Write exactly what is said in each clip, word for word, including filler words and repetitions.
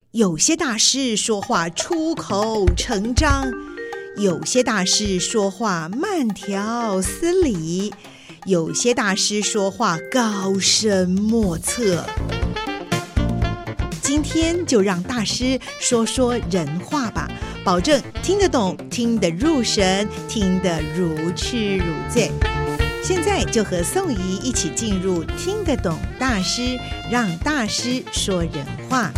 有些大师说话出口成章，有些大师说话慢条斯理，有些大师说话高深莫测。今天就让大师说说人话吧，保证听得懂，听得入神，听得如痴如醉。现在就和宋怡一起进入听得懂大师，让大师说人话。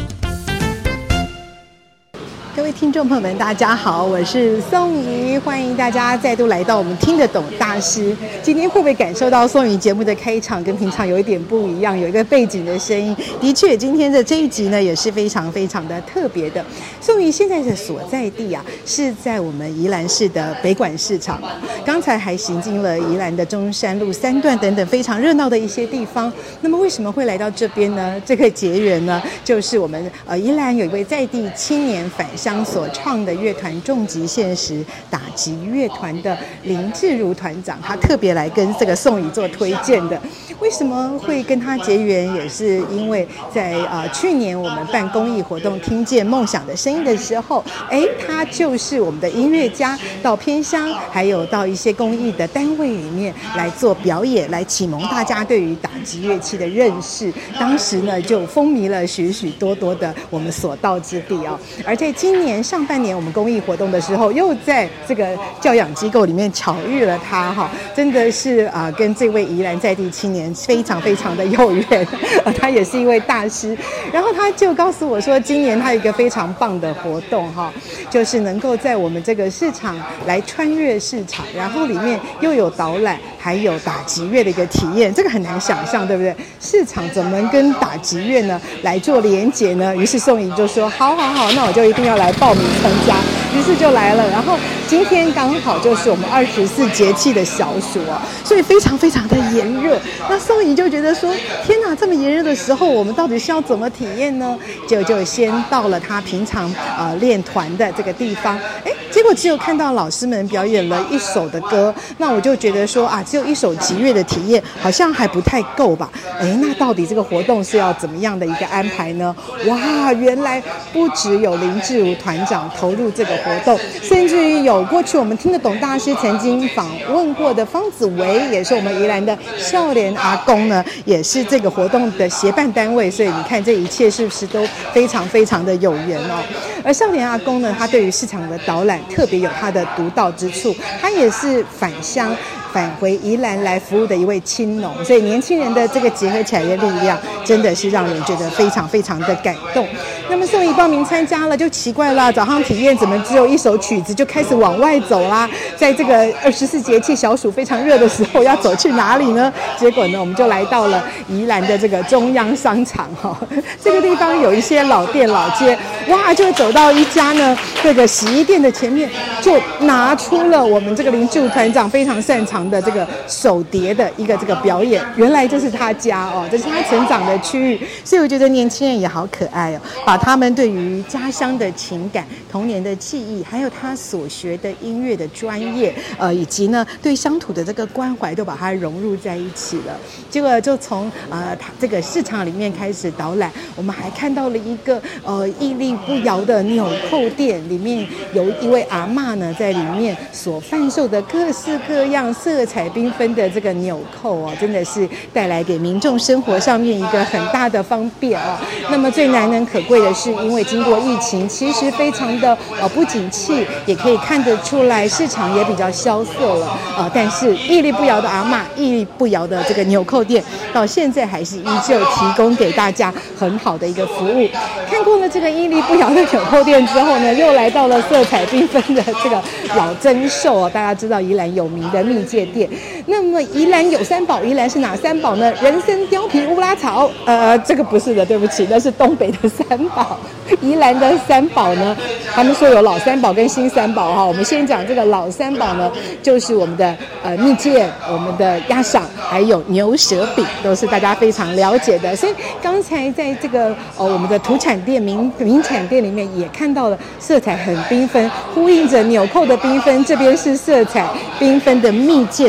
各位听众朋友们，大家好，我是宋怡，欢迎大家再度来到我们听得懂大师。今天会不会感受到宋怡节目的开场跟平常有一点不一样，有一个背景的声音？的确，今天的这一集呢也是非常非常的特别的。宋怡现在的所在地啊是在我们宜兰市的北馆市场，刚才还行经了宜兰的中山路三段等等非常热闹的一些地方。那么为什么会来到这边呢？这个结缘呢，就是我们呃宜兰有一位在地青年返乡所创的乐团重击现实打击乐团的林志如团长，他特别来跟这个宋怡做推荐的。为什么会跟他结缘，也是因为在呃去年我们办公益活动听见梦想的声音的时候，哎，他就是我们的音乐家，到偏乡还有到一些公益的单位里面来做表演，来启蒙大家对于打击乐器的认识。当时呢就风靡了许许多多的我们所到之地哦。而在今年上半年我们公益活动的时候，又在这个教养机构里面巧遇了他哈，真的是啊、呃，跟这位宜兰在地青年非常非常的有缘、呃，他也是一位大师。然后他就告诉我说，今年他有一个非常棒的活动哈，就是能够在我们这个市场来穿越市场，然后里面又有导览，还有打击乐的一个体验，这个很难想象，对不对？市场怎么能跟打击乐呢来做连结呢？于是宋怡就说，好好好，那我就一定要来报名参加，于是就来了。然后今天刚好就是我们二十四节气的小暑哦，所以非常非常的炎热。那宋怡就觉得说，天哪，这么炎热的时候，我们到底是要怎么体验呢？就就先到了他平常呃练团的这个地方，哎，结果只有看到老师们表演了一首的歌，那我就觉得说啊，只有一首击乐的体验好像还不太够吧？哎，那到底这个活动是要怎么样的一个安排呢？哇，原来不只有林志如团长投入这个活动，甚至于有过去我们听得懂大师曾经访问过的方子维，也是我们宜兰的少年阿公呢，也是这个活动的协办单位。所以你看这一切是不是都非常非常的有缘哦？而少年阿公呢，他对于市场的导览特别有他的独到之处，他也是返乡返回宜兰来服务的一位青农，所以年轻人的这个结合起来的力量真的是让人觉得非常非常的感动。那么宋怡报名参加了，就奇怪了，早上体验怎么只有一首曲子就开始往外走啦？在这个二十四节气小暑非常热的时候，要走去哪里呢？结果呢，我们就来到了宜兰的这个中央商场哈、哦，这个地方有一些老店老街，哇，就走到一家呢这个洗衣店的前面，就拿出了我们这个林志如团长非常擅长的这个手碟的一个这个表演。原来这是他家哦，这是他成长的区域，所以我觉得年轻人也好可爱哦，把他们对于家乡的情感、童年的记忆，还有他所学的音乐的专业，呃，以及呢对乡土的这个关怀，都把它融入在一起了。结果就从呃这个市场里面开始导览，我们还看到了一个呃屹立不摇的纽扣店，里面有一位阿嬷呢在里面所贩售的各式各样色彩缤纷的这个纽扣哦，真的是带来给民众生活上面一个很大的方便哦。那么最难能可贵的是，因为经过疫情，其实非常的呃不景气，也可以看得出来市场也比较萧瑟了呃，但是屹立不摇的阿嬷，屹立不摇的这个纽扣店，到现在还是依旧提供给大家很好的一个服务。看过了这个屹立不摇的纽扣店之后呢，又来到了色彩缤纷的这个老珍寿哦，大家知道宜兰有名的蜜饯店。那么宜兰有三宝，宜兰是哪三宝呢？人参、貂皮、乌拉草。呃，这个不是的，对不起，那是东北的三宝。宜兰的三宝呢，他们说有老三宝跟新三宝哈。我们先讲这个老三宝呢，就是我们的呃蜜饯、我们的鸭赏，还有牛舌饼，都是大家非常了解的。所以刚才在这个呃我们的土产店、名名产店里面也看到了色彩很缤纷，呼应着纽扣的缤纷。这边是色彩缤纷的蜜饯哦，也是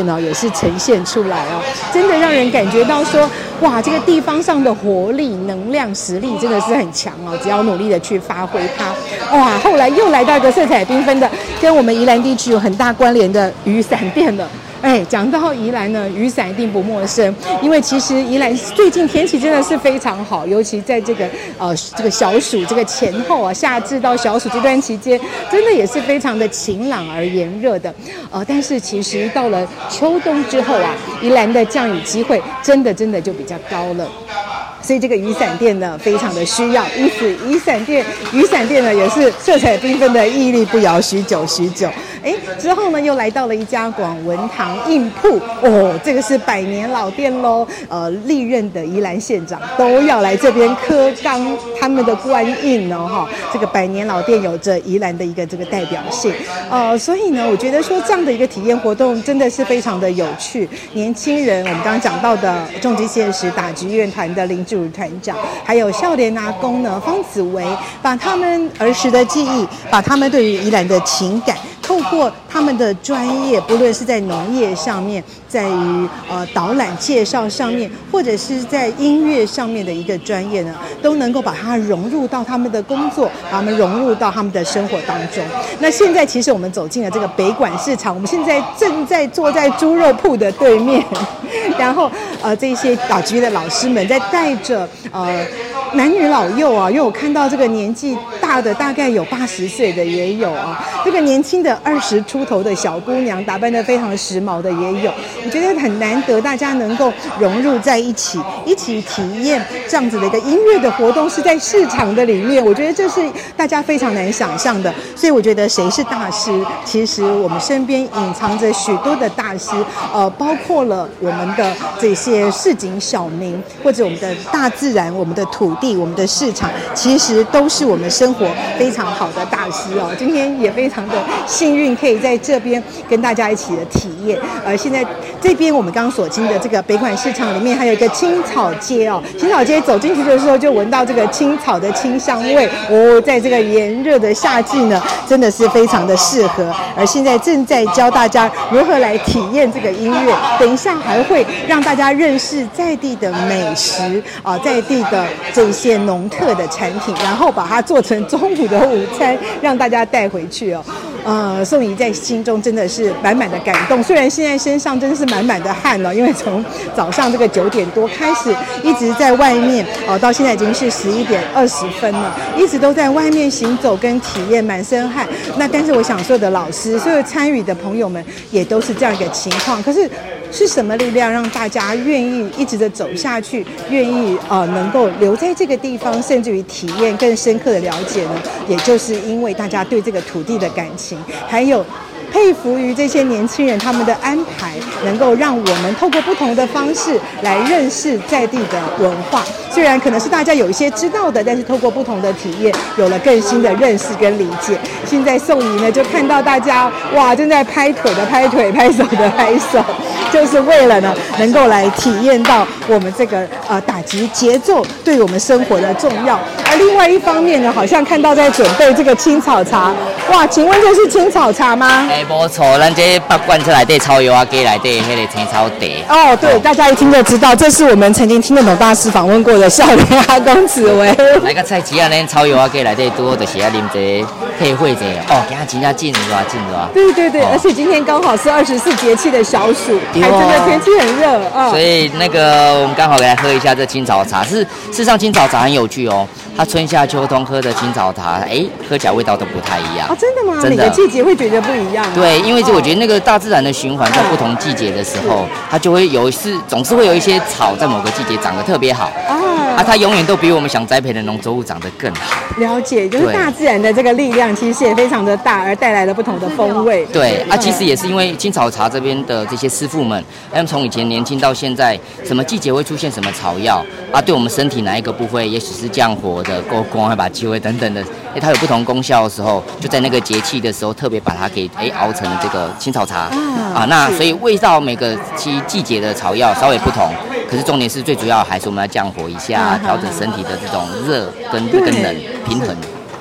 是呈现出来哦，真的让人感觉到说，哇，这个地方上的活力、能量、实力真的是很强哦，只要努力的去发挥它。哇，后来又来到一个色彩缤纷的，跟我们宜兰地区有很大关联的雨伞店了。哎，讲到宜兰呢，雨伞一定不陌生，因为其实宜兰最近天气真的是非常好，尤其在这个呃这个小暑这个前后啊，夏至到小暑这段期间，真的也是非常的晴朗而炎热的。呃，但是其实到了秋冬之后啊，宜兰的降雨机会真的真的就比较高了。所以这个雨伞店呢非常的需要，因此雨伞店雨伞店呢也是色彩缤纷的屹立不摇许久许久。哎，之后呢又来到了一家广文堂印铺哦，这个是百年老店喽。呃，历任的宜兰县长都要来这边刻钢他们的官印哦哈。这个百年老店有着宜兰的一个这个代表性，呃，所以呢，我觉得说这样的一个体验活动真的是非常的有趣。年轻人，我们刚刚讲到的重击现实打击乐团的林志儒团长，还有少年阿公呢方子维，把他们儿时的记忆，把他们对于宜兰的情感，透过他们的专业，不论是在农业上面，在于呃导览介绍上面，或者是在音乐上面的一个专业呢，都能够把它融入到他们的工作，把他们融入到他们的生活当中。那现在其实我们走进了这个北馆市场，我们现在正在坐在猪肉铺的对面，然后呃这些打击的老师们在带着呃男女老幼啊，因为我看到这个年纪大的大概有八十岁的也有啊，这个年轻的二十出头的小姑娘打扮得非常时髦的也有，我觉得很难得大家能够融入在一起，一起体验这样子的一个音乐的活动，是在市场的里面，我觉得这是大家非常难想象的。所以我觉得谁是大师，其实我们身边隐藏着许多的大师，呃，包括了我们的这些市井小民，或者我们的大自然，我们的土地，我们的市场，其实都是我们生活非常好的大师哦。今天也非常的幸运，可以在这边跟大家一起的体验。呃，现在这边我们刚刚所经的这个北馆市场里面，还有一个青草街哦。青草街走进去的时候，就闻到这个青草的清香味哦。在这个炎热的夏季呢，真的是非常的适合。而现在正在教大家如何来体验这个音乐，等一下还会让大家认识在地的美食啊、呃，在地的这些农特的产品，然后把它做成中午的午餐，让大家带回去哦。呃，宋怡在心中真的是满满的感动，虽然现在身上真的是满满的汗了，因为从早上这个九点多开始，一直在外面哦、呃，到现在已经是十一点二十分了，一直都在外面行走跟体验，满身汗。那但是我想所有的老师，所有参与的朋友们也都是这样一个情况。可是是什么力量让大家愿意一直的走下去，愿意呃能够留在这个地方，甚至于体验更深刻的了解呢？也就是因为大家对这个土地的感情，还有佩服于这些年轻人他们的安排，能够让我们透过不同的方式来认识在地的文化。虽然可能是大家有一些知道的，但是透过不同的体验，有了更新的认识跟理解。现在宋怡呢，就看到大家哇，正在拍腿的拍腿，拍手的拍手，就是为了呢，能够来体验到我们这个呃打击节奏对我们生活的重要。而另外一方面呢，好像看到在准备这个青草茶，哇，请问这是青草茶吗？ 哎，没错，咱这北馆出来的草药啊，给来的迄个青草茶。 哦，对，大家一听就知道，这是我们曾经听得懂大师访问过的少年阿公紫薇。 来个菜市啊，咱草药啊，给来的拄好就是啊，啉一个配会者哦，今仔真正进是吧？进是吧？ 对对对，哦、而且今天刚好是二十四节气的小暑，还真的天气很热啊、哦。 所以那个我们刚好来喝一下这青草茶，是事实上青草茶很有趣哦。它春夏秋冬喝的青草茶，哎，喝起来味道都不太一样。 哦，真的吗？ 真的， 每个季节会觉得不一样、啊。 对，因为我觉得那个大自然的循环，在不同季节的时候，它就会有是总是会有一些草在某个季节长得特别好啊，啊，它永远都比我们想栽培的农作物长得更好。 了解，就是大自然的这个力量，其实也非常的大，而带来了不同的风味。 对啊，其实也是因为青草茶这边的这些师傅们，他们从以前年轻到现在，什么季节会出现什么草药啊，对我们身体哪一个部位，也许是降火的、够光、会把气味等等的，哎，它有不同功效的时候，就在那个节气的时候，特别把它给哎熬成这个青草茶啊。啊那所以味道每个季季节的草药稍微不同，可是重点是最主要还是我们要降火一下，调整身体的这种热跟跟冷平衡。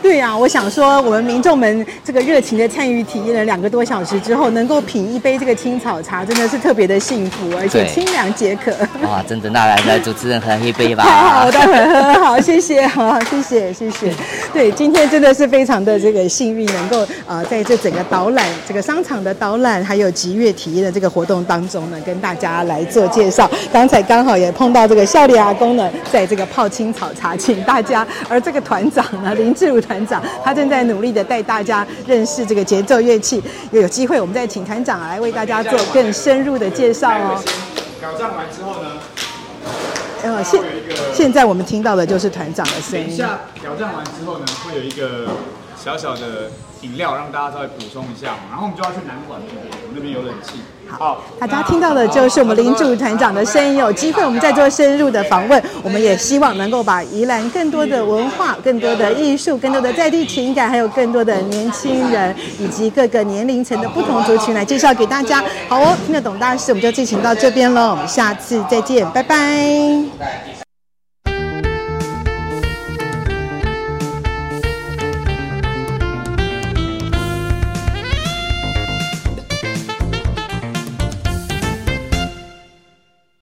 对呀、啊，我想说，我们民众们这个热情的参与体验了两个多小时之后，能够品一杯这个青草茶，真的是特别的幸福，而且清凉解渴。 哇，真的，那来来，主持人喝一杯吧。 好，我待会儿喝。好，谢谢，好，谢谢，谢谢。对，今天真的是非常的这个幸运，能够呃在这整个导览、这个商场的导览，还有极乐体验的这个活动当中呢，跟大家来做介绍。刚才刚好也碰到这个少年阿公呢，在这个泡青草茶，请大家。而这个团长呢，林志儒团长，他正在努力的带大家认识这个节奏乐器。有机会，我们再请团长来为大家做更深入的介绍哦。 挑战完之后呢， 呃，现现在我们听到的就是团长的声音。 等一下挑战完之后呢，会有一个小小的饮料让大家稍微补充一下，然后我们就要去南馆那边，我们那边有冷气。 好，大家听到的就是我们林志儒团长的声音。有机会我们再做深入的访问，我们也希望能够把宜兰更多的文化、更多的艺术、更多的在地情感，还有更多的年轻人以及各个年龄层的不同族群来介绍给大家。好哦，听得懂大事，我们就进行到这边了，我们下次再见，拜拜。